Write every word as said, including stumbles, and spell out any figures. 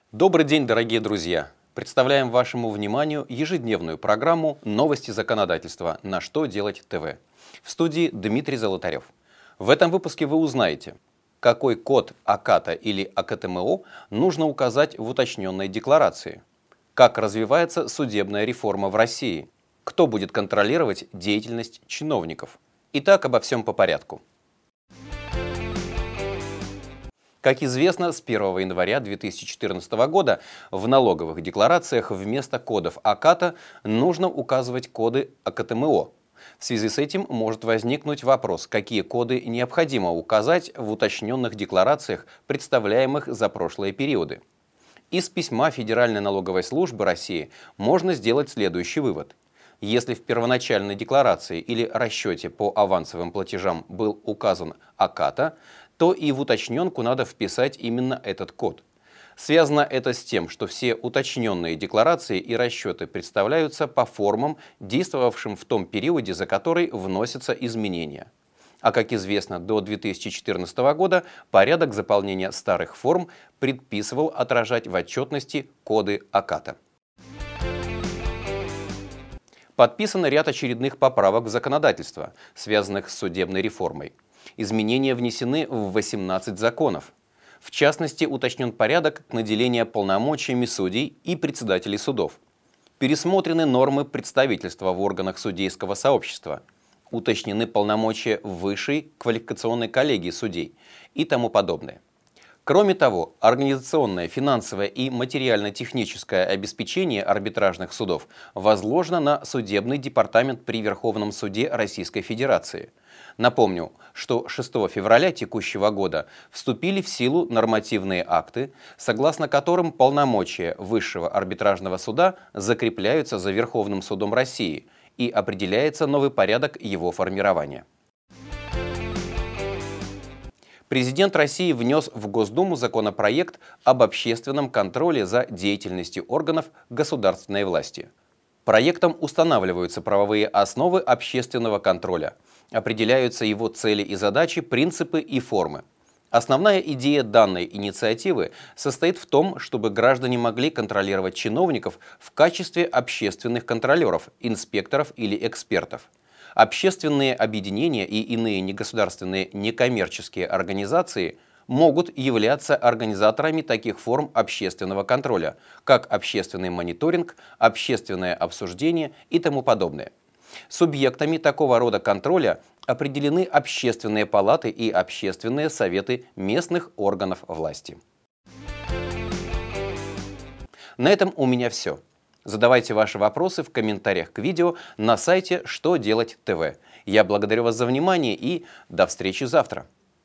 Добрый день, дорогие друзья! Представляем вашему вниманию ежедневную программу «Новости законодательства. На что делать ТВ». В студии Дмитрий Золотарев. В этом выпуске вы узнаете, какой код АКАТа или АКТМО нужно указать в уточненной декларации, как развивается судебная реформа в России, кто будет контролировать деятельность чиновников. Итак, обо всем по порядку. Как известно, с первого января две тысячи четырнадцатого года в налоговых декларациях вместо кодов АКАТа нужно указывать коды АКТМО. В связи с этим может возникнуть вопрос, какие коды необходимо указать в уточненных декларациях, представляемых за прошлые периоды. Из письма Федеральной налоговой службы России можно сделать следующий вывод. Если в первоначальной декларации или расчете по авансовым платежам был указан АКАТа, то и в уточненку надо вписать именно этот код. Связано это с тем, что все уточненные декларации и расчеты представляются по формам, действовавшим в том периоде, за который вносятся изменения. А как известно, до две тысячи четырнадцатого года порядок заполнения старых форм предписывал отражать в отчетности коды АКАТа. Подписан ряд очередных поправок в законодательство, связанных с судебной реформой. Изменения внесены в восемнадцать законов. В частности, уточнен порядок наделения полномочиями судей и председателей судов. Пересмотрены нормы представительства в органах судейского сообщества. Уточнены полномочия высшей квалификационной коллегии судей и тому подобное. Кроме того, организационное, финансовое и материально-техническое обеспечение арбитражных судов возложено на судебный департамент при Верховном суде Российской Федерации. Напомню, что шестого февраля текущего года вступили в силу нормативные акты, согласно которым полномочия Высшего арбитражного суда закрепляются за Верховным судом России и определяется новый порядок его формирования. Президент России внес в Госдуму законопроект об общественном контроле за деятельностью органов государственной власти. Проектом устанавливаются правовые основы общественного контроля, определяются его цели и задачи, принципы и формы. Основная идея данной инициативы состоит в том, чтобы граждане могли контролировать чиновников в качестве общественных контролеров, инспекторов или экспертов. Общественные объединения и иные негосударственные некоммерческие организации могут являться организаторами таких форм общественного контроля, как общественный мониторинг, общественное обсуждение и тому подобное. Субъектами такого рода контроля определены общественные палаты и общественные советы местных органов власти. На этом у меня все. Задавайте ваши вопросы в комментариях к видео на сайте «Что делать ТВ». Я благодарю вас за внимание и до встречи завтра.